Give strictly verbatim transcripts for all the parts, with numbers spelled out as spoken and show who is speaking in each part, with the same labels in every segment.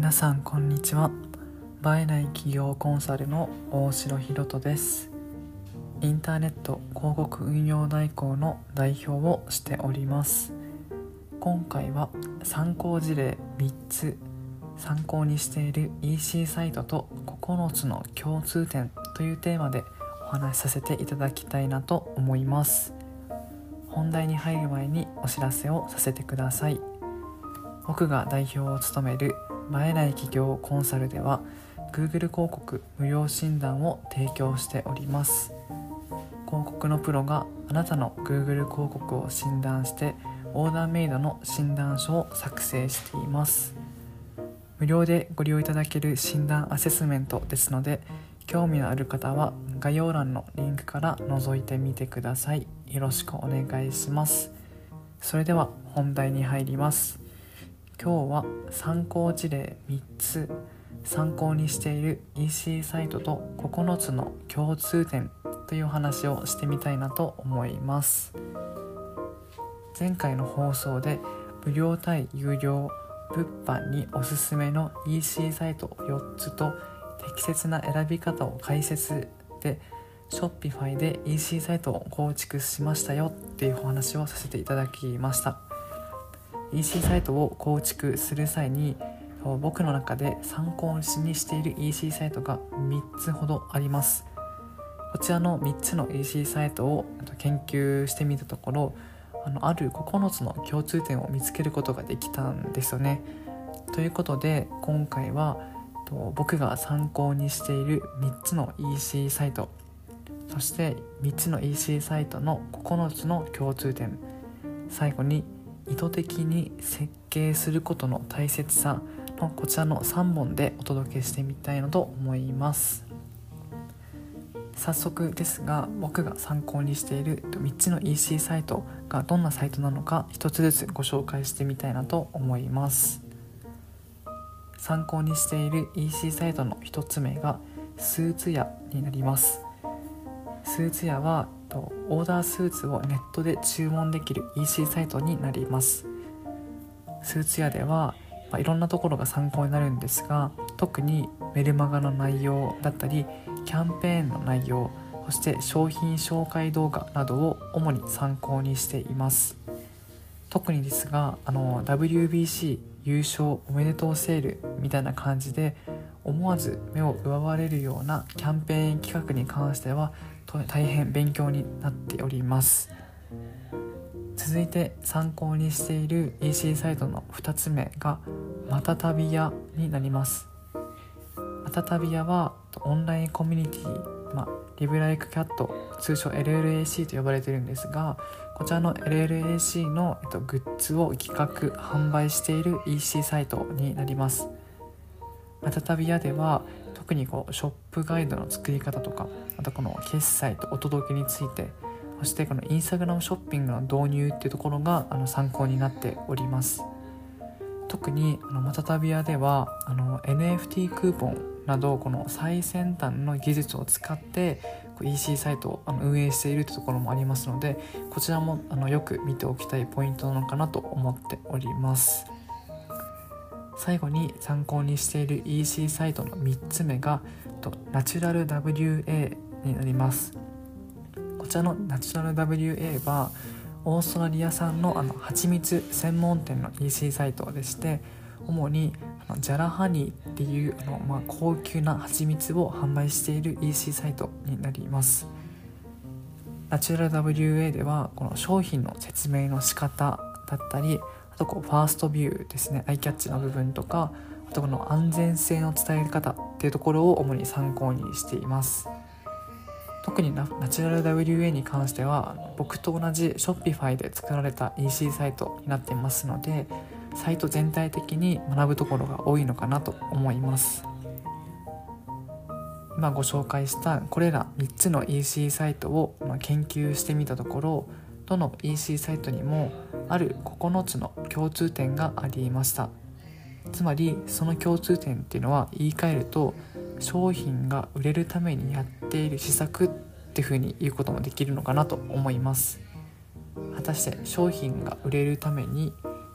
Speaker 1: 皆さんこんにちは。映えない企業コンサルの大城ひろとです。インターネット広告運用代行の代表をしております。今回は参考事例みっつ、参考にしている イーシー サイトとここのつの共通点というテーマでお話しさせていただきたいなと思います。本題に入る前にお知らせをさせてください。僕が代表を務める映えない企業コンサルでは Google 広告無料診断を提供しております。広告のプロがあなたの Google 広告を診断してオーダーメイドの診断書を作成しています。無料でご利用いただける診断アセスメントですので、興味のある方は概要欄のリンクから覗いてみてください。よろしくお願いします。それでは本題に入ります。今日は参考事例みっつ、参考にしている イーシー サイトとここのつの共通点という話をしてみたいなと思います。前回の放送で無料対有料物販におすすめの イーシー サイトよっつと適切な選び方を解説で Shopify で イーシー サイトを構築しましたよっていうお話をさせていただきました。イーシー サイトを構築する際に僕の中で参考にしている イーシー サイトがみっつほどあります。こちらのみっつの イーシー サイトを研究してみたところ、あのあるここのつの共通点を見つけることができたんですよね。ということで今回は僕が参考にしているみっつの イーシー サイト、そしてみっつの イーシー サイトのここのつの共通点、最後に意図的に設計することの大切さのこちらのさんぼんでお届けしてみたいのと思います。早速ですが、僕が参考にしているみっつの イーシー サイトがどんなサイトなのかひとつずつご紹介してみたいなと思います。参考にしている イーシー サイトのひとつめがスーツ屋になります。スーツ屋はオーダースーツをネットで注文できる イーシー サイトになります。スーツ屋では、まあ、いろんなところが参考になるんですが、特にメルマガの内容だったりキャンペーンの内容、そして商品紹介動画などを主に参考にしています。特にですがあの ダブリュービーシー 優勝おめでとうセールみたいな感じで思わず目を奪われるようなキャンペーン企画に関しては大変勉強になっております。続いて参考にしている イーシー サイトのふたつめがまたたび屋になります。またたび屋はオンラインコミュニティ、まあ、リブライクキャット、通称 エルエルエーシー と呼ばれているんですが、こちらの エルエルエーシー の、えっと、グッズを企画販売している イーシー サイトになります。またたび屋では特にこうショップガイドの作り方とか、あとこの決済とお届けについて、そしてこのインスタグラムショッピングの導入っていうところがあの参考になっております。特にあのまたたび屋ではあの エヌエフティー クーポンなどこの最先端の技術を使ってこう イーシー サイトをあの運営しているというところもありますので、こちらもあのよく見ておきたいポイントなのかなと思っております。最後に参考にしている イーシー サイトのみっつめがナチュラル ダブリューエー になります。こちらのナチュラル ダブリューエー はオーストラリア産のあの蜂蜜専門店の イーシー サイトでして、主にあのジャラハニーっていうあの、まあ、高級な蜂蜜を販売している イーシー サイトになります。ナチュラル ダブリューエー ではこの商品の説明の仕方だったり、あとこうファーストビューですね、アイキャッチの部分とか、あとこの安全性の伝え方っていうところを主に参考にしています。特にナチュラル ダブリューエー に関しては僕と同じ Shopify で作られた イーシー サイトになっていますので、サイト全体的に学ぶところが多いのかなと思います。今ご紹介したこれらみっつの イーシー サイトを研究してみたところ、どの イーシー サイトにもあるここのつの共通点がありました。つまりその共通点っていうのは言い換えると商品が売れるためにやっている施策っていう風に言うこともできるのかなと思います。果たして商品が売れるために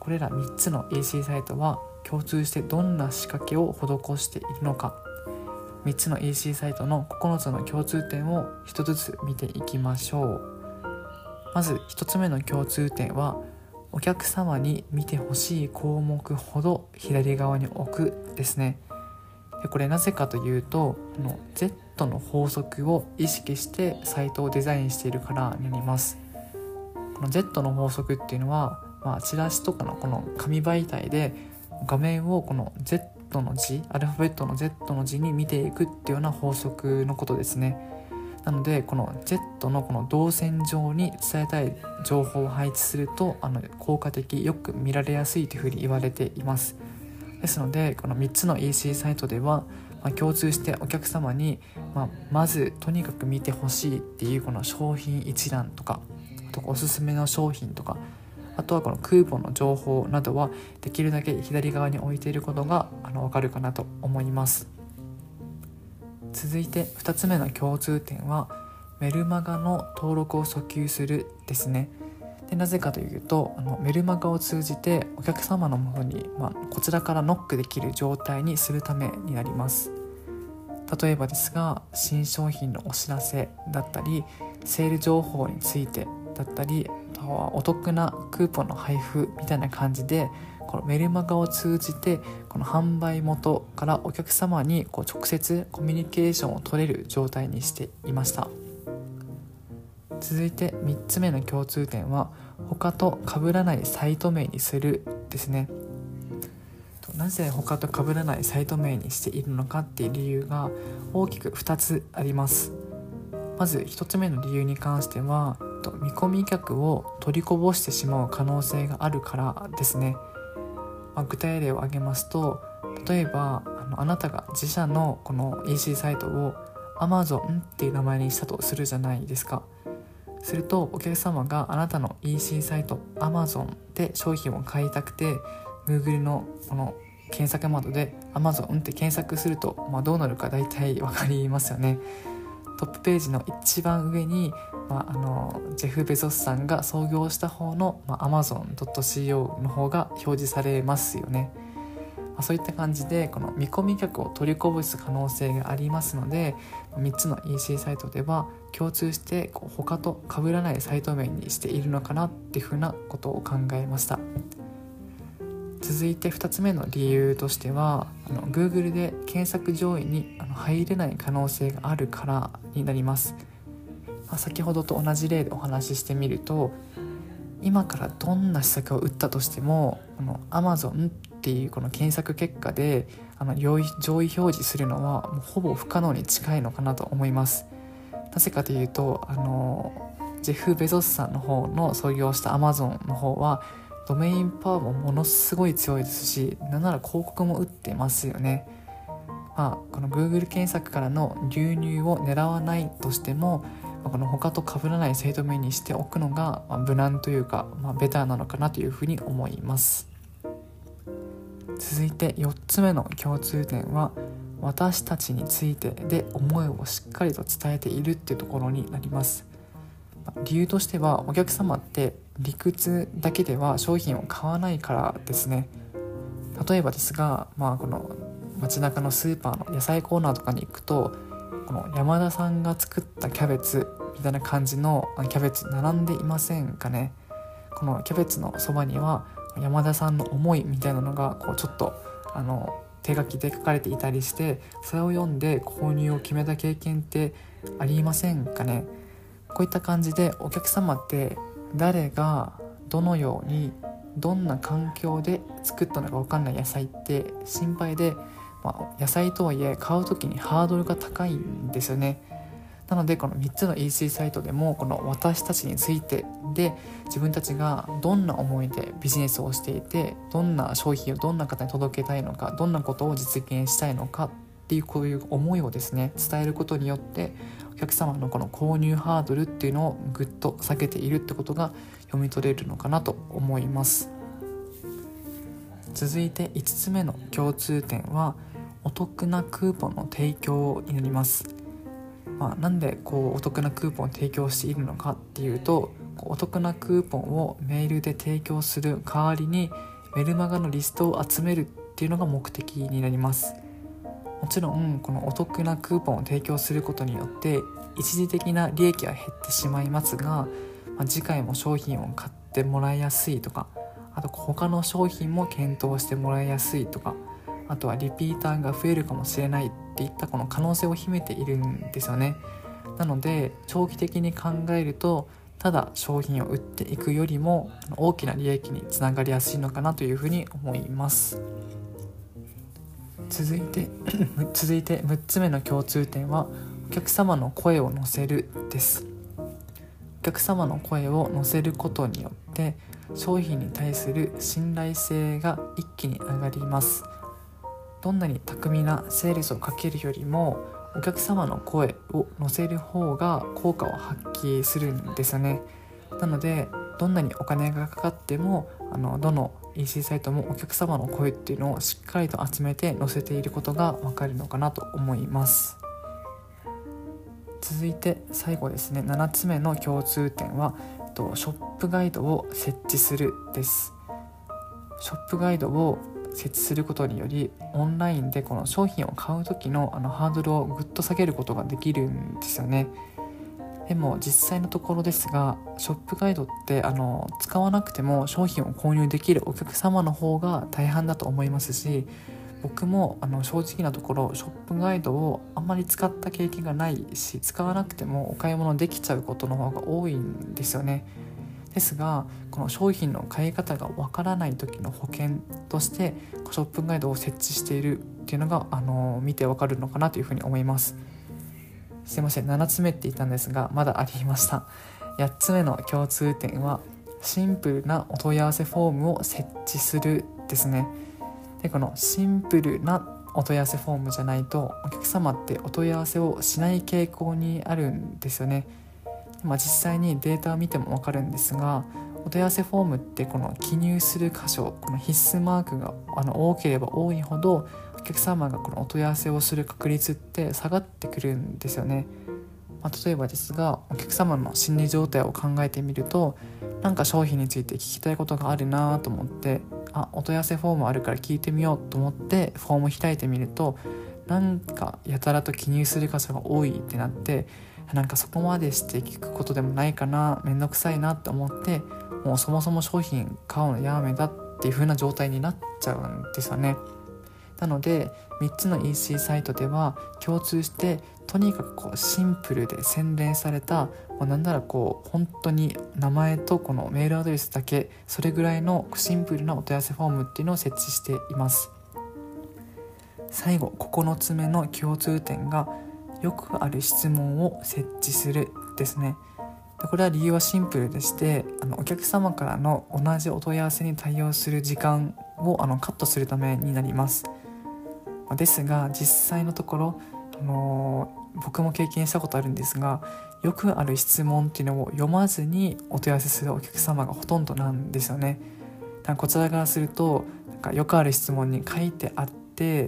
Speaker 1: これらみっつの イーシー サイトは共通してどんな仕掛けを施しているのか、みっつの イーシー サイトのここのつの共通点をひとつずつ見ていきましょう。まずひとつめの共通点は、お客様に見てほしい項目ほど左側に置くですね。でこれなぜかというと、この Z の法則を意識してサイトをデザインしているからになります。この Z の法則っていうのは、まあ、チラシとかのこの紙媒体で画面をこの Z の字、アルファベットの Z の字に見ていくっていうような法則のことですね。なのでこの Z のこの動線上に伝えたい情報を配置するとあの効果的、よく見られやすいというふうに言われています。ですのでこのみっつの イーシー サイトでは、まあ、共通してお客様に、まあ、まずとにかく見てほしいっていうこの商品一覧とか、あとおすすめの商品とか、あとはこのクーポンの情報などはできるだけ左側に置いていることがあの分かるかなと思います。続いてふたつめの共通点は、メルマガの登録を訴求するですね。でなぜかというと、あのメルマガを通じてお客様のもとに、まあ、こちらからノックできる状態にするためになります。例えばですが、新商品のお知らせだったり、セール情報についてだったり、あとはお得なクーポンの配布みたいな感じで、このメルマガを通じてこの販売元からお客様にこう直接コミュニケーションを取れる状態にしていました。続いてみっつめの共通点は、他と被らないサイト名にするですね。なぜ他と被らないサイト名にしているのかっていう理由が大きくふたつあります。まずひとつめの理由に関しては、見込み客を取りこぼしてしまう可能性があるからですね。まあ、具体例を挙げますと、例えばあのあなたが自社のこの イーシー サイトを Amazon っていう名前にしたとするじゃないですか。するとお客様があなたの イーシー サイト Amazon で商品を買いたくて Google のこの検索窓で Amazon って検索すると、まあ、どうなるか大体わかりますよね。トップページの一番上に、まあ、あのジェフ・ベゾスさんが創業した方の、まあ、アマゾンドットシーオー の方が表示されますよね。まあ、そういった感じでこの見込み客を取りこぼす可能性がありますので、みっつの イーシー サイトでは共通してこう他と被らないサイト名にしているのかなっていうふうなことを考えました。続いてふたつめの理由としては、あの Google で検索上位にあの入れない可能性があるからになります。まあ、先ほどと同じ例でお話ししてみると、今からどんな施策を打ったとしてもこの Amazon っていうこの検索結果であの上位、上位表示するのはもうほぼ不可能に近いのかなと思います。なぜかというと、あのジェフ・ベゾスさんの方の創業した Amazon の方はドメインパワーもものすごい強いですし、なんなら広告も打ってますよね。まあ、この Google 検索からの流入を狙わないとしても、この他と被らないサイト名にしておくのが、まあ、無難というか、まあ、ベターなのかなというふうに思います。続いてよっつめの共通点は、私たちについてで思いをしっかりと伝えているっていうところになります。理由としては、お客様って理屈だけでは商品を買わないからですね。例えばですが、まあ、この街中のスーパーの野菜コーナーとかに行くと、この山田さんが作ったキャベツみたいな感じのキャベツ並んでいませんかね。このキャベツのそばには山田さんの思いみたいなのがこうちょっとあの手書きで書かれていたりして、それを読んで購入を決めた経験ってありませんかね。こういった感じでお客様って誰がどのようにどんな環境で作ったのか分かんない野菜って心配で、まあ、野菜とはいえ買う時にハードルが高いんですよね。なのでこのみっつの イーシー サイトでもこの私たちについてで自分たちがどんな思いでビジネスをしていて、どんな商品をどんな方に届けたいのか、どんなことを実現したいのかっていうこういう思いをですね伝えることによってお客様のこの購入ハードルっていうのをぐっと下げているってことが読み取れるのかなと思います。続いていつつめの共通点はお得なクーポンの提供になります。まあ、なんでこうお得なクーポンを提供しているのかっていうと、 こうお得なクーポンをメールで提供する代わりにメルマガのリストを集めるっていうのが目的になります。もちろんこのお得なクーポンを提供することによって一時的な利益は減ってしまいますが、まあ、次回も商品を買ってもらいやすいとか、あと他の商品も検討してもらいやすいとか、あとはリピーターが増えるかもしれないっていったこの可能性を秘めているんですよね。なので長期的に考えると、ただ商品を売っていくよりも大きな利益につながりやすいのかなというふうに思います。続いて続いてむっつめの共通点は、お客様の声を乗せるです。お客様の声を乗せることによって商品に対する信頼性が一気に上がります。どんなに巧みなセールスをかけるよりもお客様の声を乗せる方が効果を発揮するんですよね。なのでどんなにお金がかかってもあのどの イーシー サイトもお客様の声っていうのをしっかりと集めて載せていることがわかるのかなと思います。続いて最後ですね、ななつめの共通点はショップガイドを設置するです。ショップガイドを設置することによりオンラインでこの商品を買う時のあのハードルをぐっと下げることができるんですよね。でも実際のところですが、ショップガイドってあの使わなくても商品を購入できるお客様の方が大半だと思いますし、僕もあの正直なところショップガイドをあんまり使った経験がないし、使わなくてもお買い物できちゃうことの方が多いんですよね。ですがこの商品の買い方がわからない時の保険としてショップガイドを設置しているっていうのがあの見てわかるのかなというふうに思います。すいません、ななつめって言ったんですがまだありました。やっつめの共通点はシンプルなお問い合わせフォームを設置するですね。でこのシンプルなお問い合わせフォームじゃないとお客様ってお問い合わせをしない傾向にあるんですよね。まあ、実際にデータを見ても分かるんですが、お問い合わせフォームってこの記入する箇所、この必須マークがあの多ければ多いほどお客様がこのお問い合わせをする確率って下がってくるんですよね。まあ、例えばですがお客様の心理状態を考えてみると、なんか商品について聞きたいことがあるなと思って、あお問い合わせフォームあるから聞いてみようと思ってフォーム開いてみると、なんかやたらと記入する箇所が多いってなって、なんかそこまでして聞くことでもないかな、めんどくさいなって思ってもうそもそも商品買うのやめだっていう風な状態になっちゃうんですよね。なのでみっつの イーシー サイトでは共通してとにかくこうシンプルで洗練された、もうなんならこう本当に名前とこのメールアドレスだけ、それぐらいのシンプルなお問い合わせフォームっていうのを設置しています。最後ここのつめの共通点がよくある質問を設置するですね。でこれは理由はシンプルでして、あのお客様からの同じお問い合わせに対応する時間をあのカットするためになります。ですが実際のところ、あのー、僕も経験したことあるんですが、よくある質問っていうのを読まずにお問い合わせするお客様がほとんどなんですよね。だからこちらからするとなんかよくある質問に書いてあって、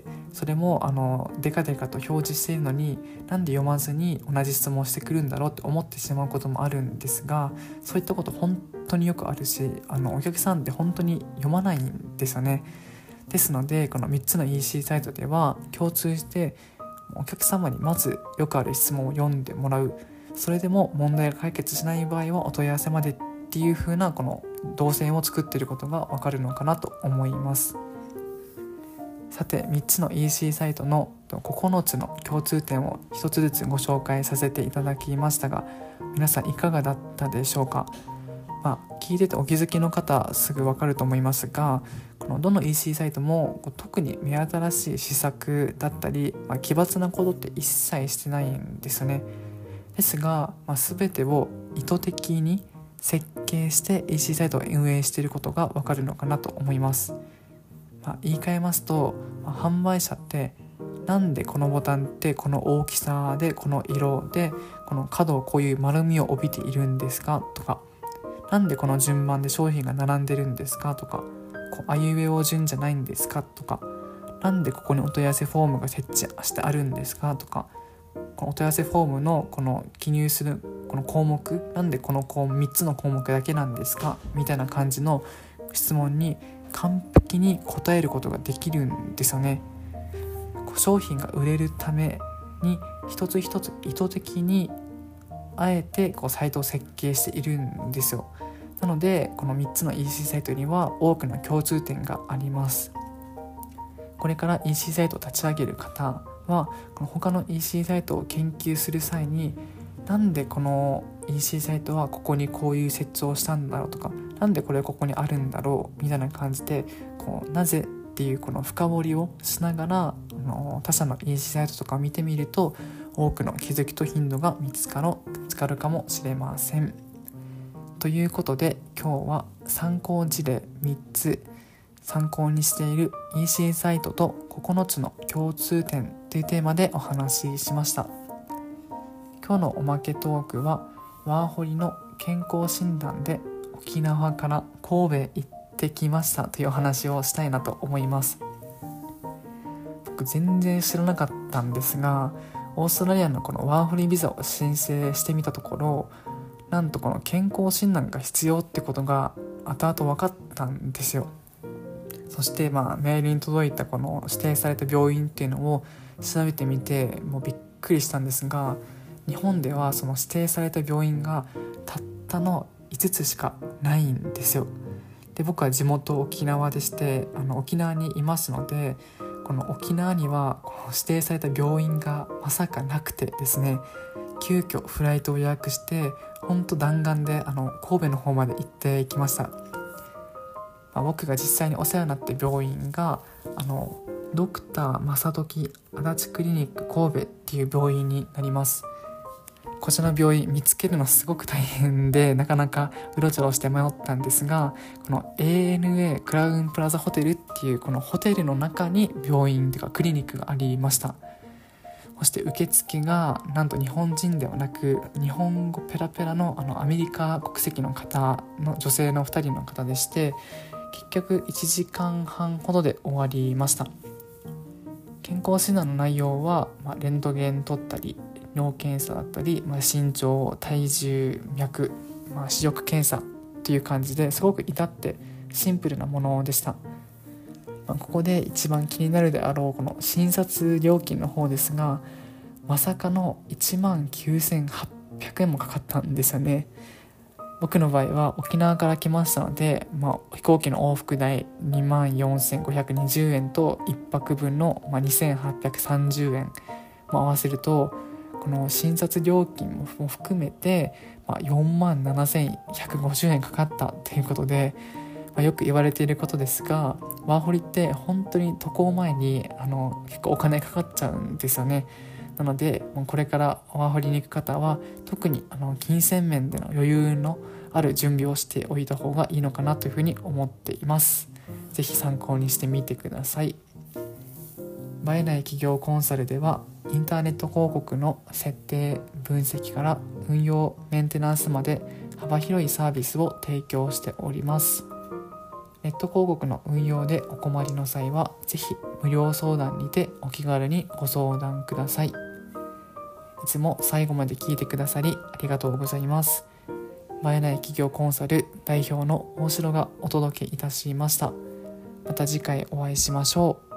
Speaker 1: それもあのデカデカと表示しているのに、なんで読まずに同じ質問をしてくるんだろうって思ってしまうこともあるんですが、そういったこと本当によくあるし、あのお客さんって本当に読まないんですよね。ですのでこのみっつの イーシー サイトでは共通してお客様にまずよくある質問を読んでもらう、それでも問題が解決しない場合はお問い合わせまでっていう風なこの動線を作っていることがわかるのかなと思います。さてみっつの イーシー サイトのここのつの共通点をひとつずつご紹介させていただきましたが、皆さんいかがだったでしょうか。まあ、聞いててお気づきの方すぐわかると思いますが、このどの イーシー サイトも特に目新しい施策だったり、まあ、奇抜なことって一切してないんですよね。ですが、まあ、全てを意図的に設計して イーシー サイトを運営していることがわかるのかなと思います。まあ、言い換えますと、まあ、販売者ってなんでこのボタンってこの大きさでこの色でこの角をこういう丸みを帯びているんですかとか、なんでこの順番で商品が並んでるんですかとか、こうあいうえお順じゃないんですかとか、なんでここにお問い合わせフォームが設置してあるんですかとか、このお問い合わせフォームのこの記入するこの項目、なんでこの項みっつの項目だけなんですかみたいな感じの質問に完璧に答えることができるんですよね。商品が売れるために一つ一つ意図的にあえてこうサイトを設計しているんですよ。なのでこのみっつの イーシー サイトには多くの共通点があります。これから イーシー サイトを立ち上げる方はこの他の イーシー サイトを研究する際に、なんでこの イーシー サイトはここにこういう設置をしたんだろうとか、なんでこれここにあるんだろうみたいな感じでこうなぜっていうこの深掘りをしながらあの他社の イーシー サイトとかを見てみると多くの気づきと頻度が見つかる、見つかるかもしれません。ということで今日は参考事例みっつ、参考にしている イーシー サイトとここのつの共通点というテーマでお話ししました。今日のおまけトークはワーホリの健康診断で沖縄から神戸へ行ってきましたというお話をしたいなと思います。僕全然知らなかったんですが、オーストラリアのこのワーホリビザを申請してみたところ、なんとこの健康診断が必要ってことが後々分かったんですよ。そしてまあメールに届いたこの指定された病院っていうのを調べてみてもうびっくりしたんですが、日本ではその指定された病院がたったのいつつしかないんですよ。で僕は地元沖縄でして、あの沖縄にいますので、この沖縄にはこの指定された病院がまさかなくてですね、急遽フライトを予約して本当弾丸であの神戸の方まで行ってきました。まあ、僕が実際にお世話になった病院があのドクター正時足立クリニック神戸っていう病院になります。こちらの病院見つけるのすごく大変でなかなかうろちょろして迷ったんですが、この エーエヌエー クラウンプラザホテルっていうこのホテルの中に病院というかクリニックがありました。そして受付がなんと日本人ではなく日本語ペラペラ の, あのアメリカ国籍の方の女性のふたりの方でして、結局いちじかんはんほどで終わりました。健康診断の内容は、まあ、レントゲン取ったり尿検査だったり、まあ、身長、体重、脈、まあ、視力検査という感じですごく至ってシンプルなものでした。まあ、ここで一番気になるであろうこの診察料金の方ですが、まさかのいちまんきゅうせんはっぴゃくえんもかかったんですよね。僕の場合は沖縄から来ましたので、まあ、飛行機の往復代にまんよんせんごひゃくにじゅうえんといっぱくぶんのにせんはっぴゃくさんじゅうえんも合わせるとこの診察料金も含めてよんまんななせんひゃくごじゅうえんかかったということで、まあ、よく言われていることですが、ワーホリって本当に渡航前にあの結構お金かかっちゃうんですよね。なのでもうこれからワーホリに行く方は特にあの金銭面での余裕のある準備をしておいた方がいいのかなというふうに思っています。ぜひ参考にしてみてください。映えない企業コンサルではインターネット広告の設定、分析から運用、メンテナンスまで幅広いサービスを提供しております。ネット広告の運用でお困りの際はぜひ無料相談にてお気軽にご相談ください。いつも最後まで聞いてくださりありがとうございます。映えない企業コンサル代表の大城がお届けいたしました。また次回お会いしましょう。